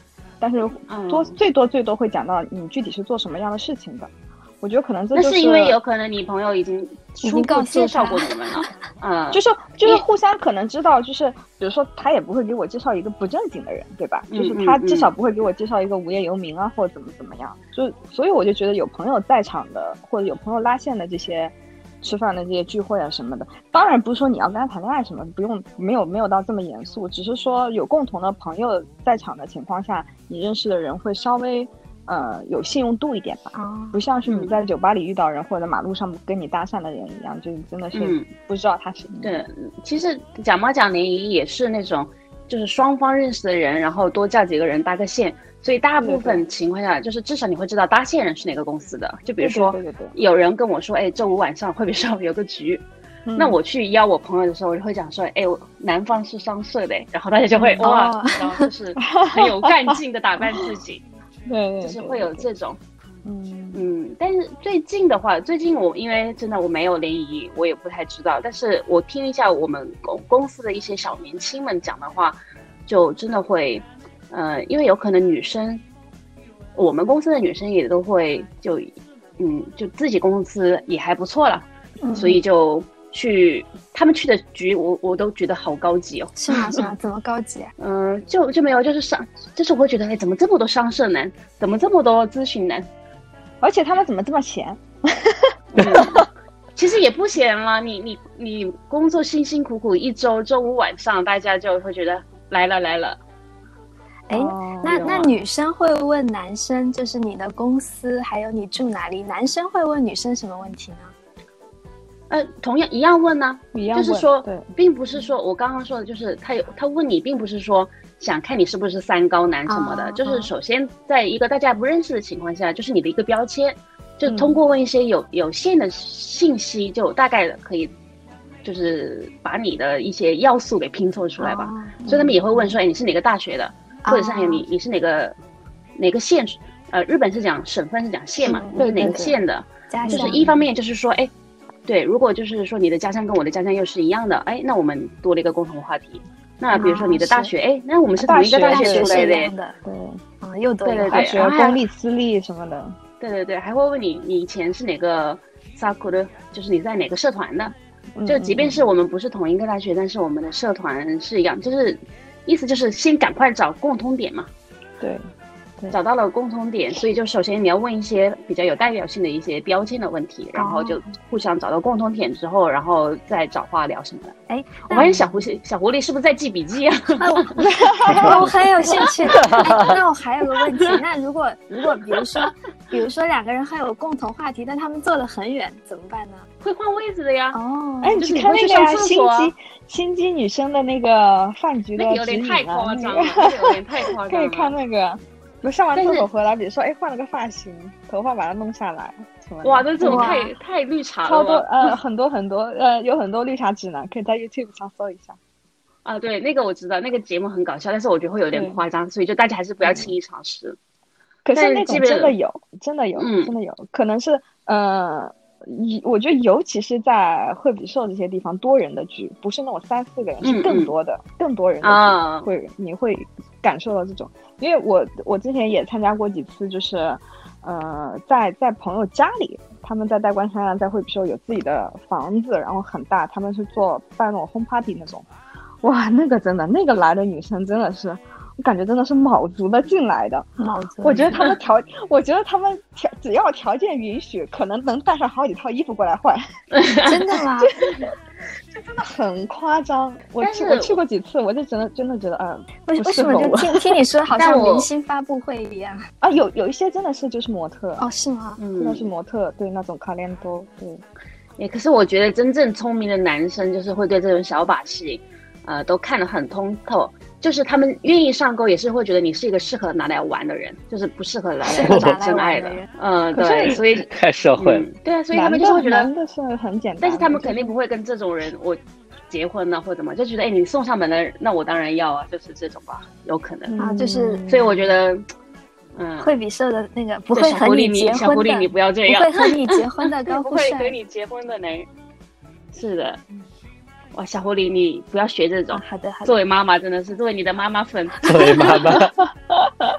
但是多、嗯、最多最多会讲到你具体是做什么样的事情的。我觉得可能这就是那是因为有可能你朋友已经初步介绍过你们了，嗯， 就是就是互相可能知道，就是比如说他也不会给我介绍一个不正经的人，对吧？ 嗯、 就是他至少不会给我介绍一个无业游民啊，或者怎么怎么样。就所以我就觉得有朋友在场的，或者有朋友拉线的这些吃饭的这些聚会啊什么的，当然不是说你要跟他谈恋爱什么，不用没有没有到这么严肃，只是说有共同的朋友在场的情况下，你认识的人会稍微。呃，有信用度一点吧，哦、不像是你在酒吧里遇到人、嗯、或者马路上跟你搭讪的人一样，就真的是不知道他是、嗯。 对，其实讲嘛讲联谊也是那种，就是双方认识的人，然后多叫几个人搭个线，所以大部分情况下，就是至少你会知道搭线人是哪个公司的。就比如说， 对对对对有人跟我说，哎，周五晚上会不会上有个局？嗯、那我去邀我朋友的时候，我就会讲说，哎，我南方是商社的，然后大家就会、嗯、哇，哦、然后就是很有干劲的打扮自己。 对， 就是会有这种，嗯嗯，但是最近的话，最近我因为真的我没有联谊，我也不太知道。但是我听一下我们公公司的一些小年轻们讲的话，就真的会，呃，因为有可能女生，我们公司的女生也都会就，嗯，就自己公司也还不错了，嗯、所以就。去他们去的局我我都觉得好高级哦。 是吗？是吗？怎么高级啊？ 嗯、呃，就就没有，就是商，就是我会觉得，哎，怎么这么多商社男，怎么这么多咨询男， 而且他们怎么这么闲？ 嗯、其实也不闲了，你你你工作辛辛苦苦一周，周五晚上大家就会觉得来了来了。 哎，那那女生会问男生，就是你的公司还有你住哪里？男生会问女生什么问题呢？ 呃，同样一样问呢、啊， 一样问， 就是说对， 并不是说我刚刚说的，就是他有他问你，并不是说想看你是不是三高男什么的，啊、就是首先在一个大家不认识的情况下，就是你的一个标签，就通过问一些有、嗯、有限的信息，就大概可以，就是把你的一些要素给拼凑出来吧。啊、所以他们也会问说，哎，你是哪个大学的，啊、或者是还有你你是哪个哪个县，呃，日本是讲省份是讲县嘛， 对哪个县的，就是一方面就是说，哎。对，如果就是说你的家乡跟我的家乡又是一样的，哎，那我们多了一个共同话题。那比如说你的大学，哎、啊，那我们是同一个大学出来的， 的对，啊，又多一个对对对， 大学公立私立什么的， 对对对，还会问你你以前是哪个萨库的，就是你在哪个社团的，就即便是我们不是同一个大学，但是我们的社团是一样，就是意思就是先赶快找共通点嘛。 对。 找到了共同点，所以就首先你要问一些比较有代表性的一些标签的问题，然后就互相找到共同点之后，然后再找话聊什么的。哎，我发现小狐狸小狐狸是不是在记笔记啊？ 我很有兴趣。那我还有个问题，那如果如果比如说比如说两个人还有共同话题，但他们坐得很远，怎么办呢？ 会换位子的呀。 哦， 哎，你去看那个呀，心机心机女生的那个饭局的指引啊，那个有点太夸张了，那个有点太夸张了。 可以看那个。我上完厕所回来，比如说，哎，换了个发型，头发把它弄下来， 哇，那这种太太绿茶了， 超多呃，很多很多呃，有很多绿茶指南，可以在 YouTube 上搜一下。 啊，对，那个我知道，那个节目很搞笑，但是我觉得会有点夸张，所以就大家还是不要轻易尝试。 可是那种真的有，真的有， 嗯、 真的有，可能是呃。我觉得尤其是在惠比寿这些地方，多人的局不是那种三四个人，是更多的、嗯嗯、更多人的局会、啊、你会感受到这种。因为我我之前也参加过几次，就是呃在在朋友家里，他们在代官山在惠比寿有自己的房子，然后很大，他们是做办那种 home party 那种。哇，那个真的那个来的女生真的是。我感觉真的是卯足了劲来的， 卯足。 我觉得他们条，我觉得他们条只要条件允许，可能能带上好几套衣服过来换。 真的吗？ 这真的很夸张。我去我去过几次，我就真的真的觉得，嗯， 为为什么就听听你说，好像明星发布会一样啊？有有一些真的是就是模特哦，是吗？ 真的是模特，对那种卡莲多，对。 也可是我觉得真正聪明的男生，就是会对这种小把戏，呃，都看得很通透。就是他们愿意上钩，也是会觉得你是一个适合拿来玩的人，就是不适合拿来找真爱的。嗯，对，所以太社会了、 嗯。对啊，所以他们就会觉得男的是很简单， 但是他们肯定不会跟这种人我结婚呢、啊、或者怎么，就觉得哎，你送上门的，那我当然要啊，就是这种吧，有可能啊，就是。 所以我觉得，嗯， 惠比寿的那个不会和你结婚的， 小狐狸你不要这样， 不会和你结婚的高富帅， 不会和你结婚的男人，是的。哇，小狐狸，你不要学这种。 啊、好的，好的。 作为妈妈，真的是作为你的妈妈粉， 作为妈妈，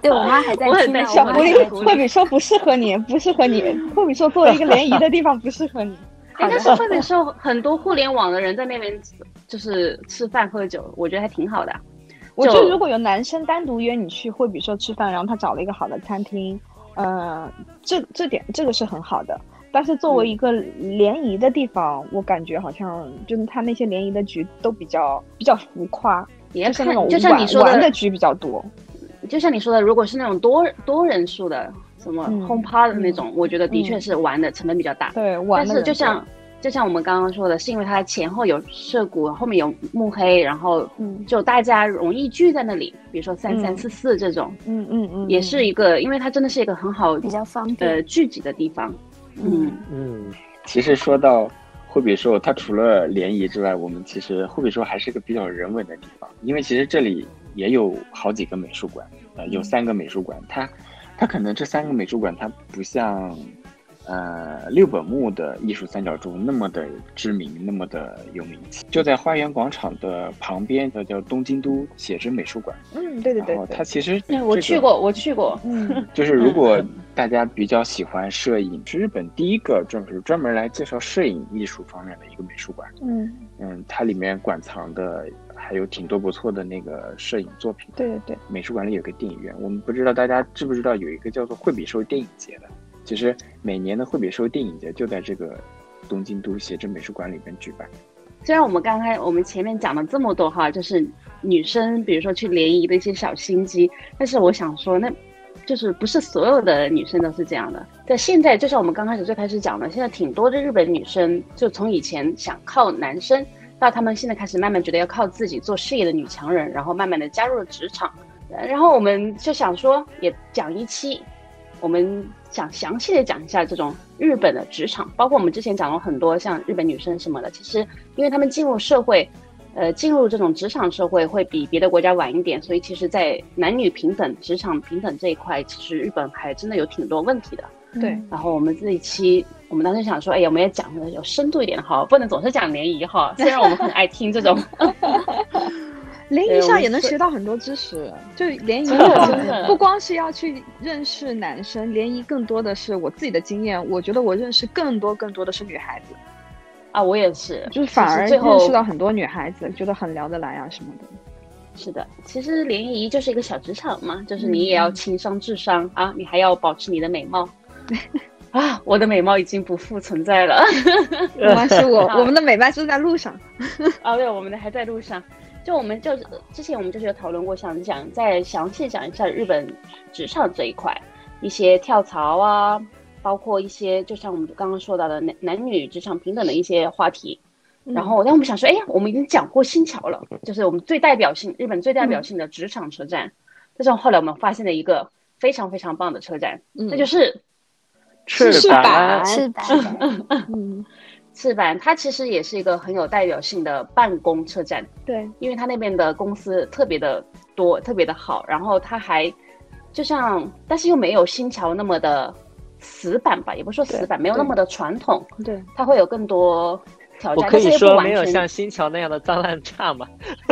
对我妈还在我很听呢。 担心我小狐狸， 我很担心惠比寿不适合你，不适合你。惠比寿作为一个联谊的地方不适合你。 哎，但是惠比寿很多互联网的人在那边就是吃饭喝酒，我觉得还挺好的。 我觉得如果有男生单独约你去惠比寿吃饭，然后他找了一个好的餐厅，呃，这这点这个是很好的。但是作为一个联谊的地方，嗯、我感觉好像就是他那些联谊的局都比较比较浮夸， 也就是那种就像你说的玩的局比较多。 就像你说的，如果是那种多多人数的什么 home party 的那种，嗯、我觉得的确是玩的成本比较大。 对，玩的。 但是就像就像我们刚刚说的，是因为它前后有涉谷，后面有目黑，然后就大家容易聚在那里，比如说三三四四这种， 嗯嗯嗯， 也是一个，因为它真的是一个很好比较方便呃聚集的地方。嗯嗯， 其实说到惠比寿，它除了联谊之外，我们其实惠比寿还是个比较人文的地方，因为其实这里也有好几个美术馆，呃，有三个美术馆，它它可能这三个美术馆它不像。呃，六本木的艺术三角洲那么的知名，那么的有名气，就在花园广场的旁边的叫东京都写真美术馆。 嗯，对对对， 然后它其实、 这个、我去过，我去过。 嗯， 就是如果大家比较喜欢摄影，是日本第一个就是专门来介绍摄影艺术方面的一个美术馆。 嗯嗯，它里面馆藏的还有挺多不错的那个摄影作品。 对对对， 美术馆里有个电影院，我们不知道大家知不知道有一个叫做惠比寿电影节的。其实每年的惠比寿电影节就在这个东京都写真美术馆里面举办。 虽然我们刚才我们前面讲了这么多哈，就是女生比如说去联谊的一些小心机，但是我想说，那就是不是所有的女生都是这样的。在现在，就像我们刚开始最开始讲的，现在挺多的日本女生，就从以前想靠男生，到他们现在开始慢慢觉得要靠自己做事业的女强人，然后慢慢的加入了职场。然后我们就想说，也讲一期。我们想详细的讲一下这种日本的职场，包括我们之前讲了很多像日本女生什么的，其实因为他们进入社会，呃，进入这种职场社会会比别的国家晚一点，所以其实在男女平等、职场平等这一块，其实日本还真的有挺多问题的。 对， 然后我们这一期，我们当时想说，哎呀，我们也讲的有深度一点哈，不能总是讲联谊哈，虽然我们很爱听这种。 联谊上也能学到很多知识，就联谊不光是要去认识男生，联谊更多的是我自己的经验，我觉得我认识更多更多的是女孩子啊，我也是， 就是反而认识到很多女孩子，觉得很聊得来啊什么的。 是的，其实联谊就是一个小职场嘛，就是你也要情商智商、嗯、啊，你还要保持你的美貌。啊，我的美貌已经不复存在了。 没关系，我我们的美貌是在路上。 啊，对，我们的还在路上。就我们就之前我们就是有讨论过，想讲再详细讲一下日本职场这一块，一些跳槽啊，包括一些就像我们刚刚说到的男男女职场平等的一些话题。嗯、然后，但我们想说，哎，我们已经讲过新桥了，就是我们最代表性日本最代表性的职场车站。嗯、但是后来我们发现了一个非常非常棒的车站，嗯、那就是赤坂。 赤坂， 嗯。赤坂它其实也是一个很有代表性的办公车站， 对， 因为它那边的公司特别的多，特别的好，然后它还就像，但是又没有新桥那么的死板吧，也不是说死板，没有那么的传统， 对， 它会有更多挑战。 我可以说没有像新桥那样的脏乱差吗？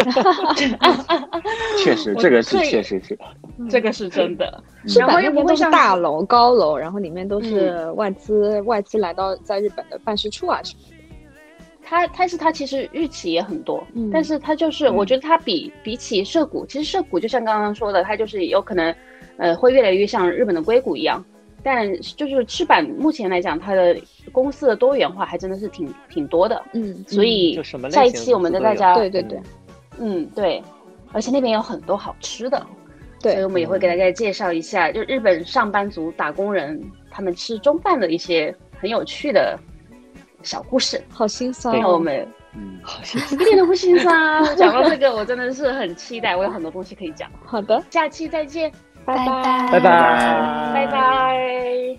确实，这个是确实是， 这个是真的。 然后又不会像大楼、高楼，然后里面都是外资、嗯、外资来到在日本的办事处啊什么的。 它，但是它其实日企也很多，嗯、但是它就是，我觉得它比、嗯、比起涉谷，其实涉谷就像刚刚说的，它就是有可能，呃，会越来越像日本的硅谷一样。但就是赤坂目前来讲，它的公司的多元化还真的是挺挺多的， 嗯， 所以下一期我们的大家， 对对对， 嗯对，而且那边有很多好吃的， 对， 所以我们也会给大家介绍一下，就日本上班族打工人他们吃中饭的一些很有趣的小故事。 好心酸哦，我们嗯，好心酸， 一点都不心酸。讲到这个，我真的是很期待，我有很多东西可以讲。 好的， 下期再见。 拜拜拜拜拜拜。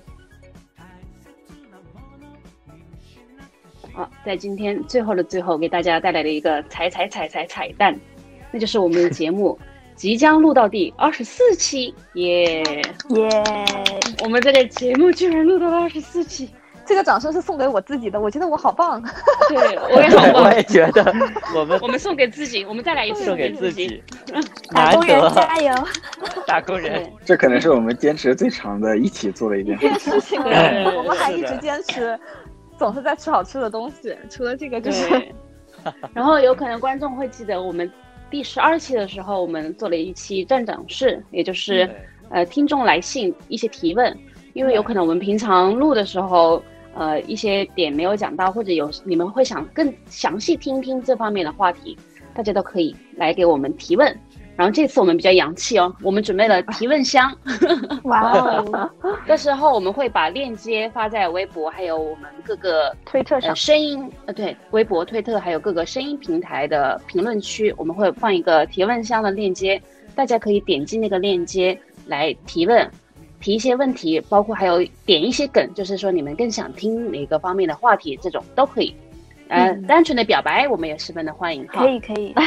好，在今天最后的最后，给大家带来了一个彩彩彩彩彩蛋，那就是我们的节目即将录到第二十四期，耶耶！我们这个节目居然录到了二十四期， 这个掌声是送给我自己的，我觉得我好棒。 对，我也好棒。 我也觉得我们我们送给自己，我们再来一次送给自自己。 打工人加油！ 打工人， 这可能是我们坚持最长的一起做的一件事情了。我们还一直坚持，总是在吃好吃的东西。除了这个就是， 然后有可能观众会记得我们第十二期的时候，我们做了一期站长室，也就是呃听众来信一些提问，因为有可能我们平常录的时候。呃，一些点没有讲到，或者有你们会想更详细听听这方面的话题，大家都可以来给我们提问。然后这次我们比较洋气哦，我们准备了提问箱。 哇哦！ 到时候我们会把链接发在微博，还有我们各个推特上、 呃、声音呃对，微博、推特还有各个声音平台的评论区，我们会放一个提问箱的链接，大家可以点击那个链接来提问。提一些问题，包括还有点一些梗，就是说你们更想听哪个方面的话题，这种都可以。呃，嗯、单纯的表白我们也十分的欢迎。 可以可以，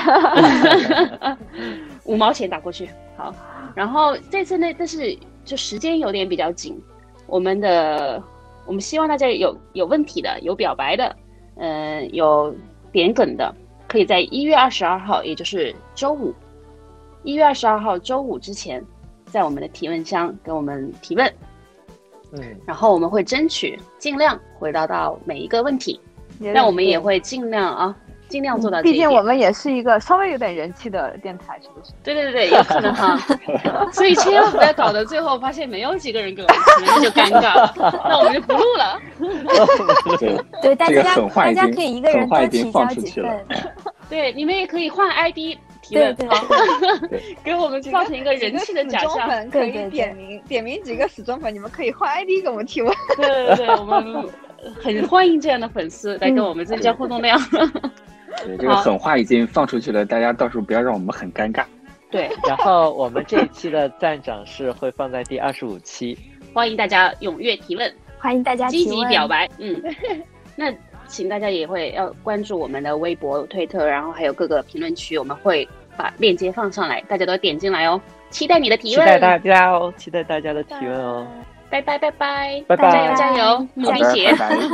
五毛钱打过去。好，然后这次呢，但是就时间有点比较紧，我们的我们希望大家有有问题的，有表白的，嗯、呃，有点梗的，可以在一月二十二号，也就是周五，一月二十二号周五之前。在我们的提问箱跟我们提问，嗯，然后我们会争取尽量回答到每一个问题，但我们也会尽量啊，尽量做到这一点。 毕竟我们也是一个稍微有点人气的电台，是不是？ 对对对，有可能哈。所以千万不要搞得最后发现没有几个人给我们提，那就尴尬了，那我们就不录了。 对对，大家大家可以一个人多提交几份。 对，你们也可以换 I D。提问好，给我们造成一个人气的假象。 可以点名点名几个死忠粉，你们可以换 I D 给我们提问。 对对对，我们很欢迎这样的粉丝来跟我们增加互动量。 对，这个狠话已经放出去了，大家到时候不要让我们很尴尬。 对， 然后我们这一期的站长是会放在第二十五期， 欢迎大家踊跃提问， 欢迎大家积极表白。嗯，那。请大家也会要关注我们的微博、推特，然后还有各个评论区，我们会把链接放上来，大家都点进来哦。期待你的提问， 期待大家哦，期待大家的提问哦。 拜拜拜拜拜拜， 加油加油，努力姐。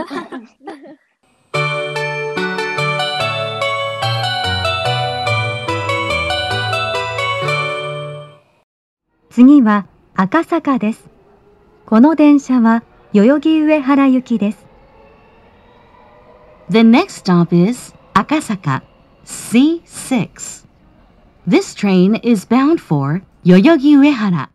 次は赤坂です。この電車は代々木上原行きです。The next stop is Akasaka, C six. This train is bound for Yoyogi Uehara.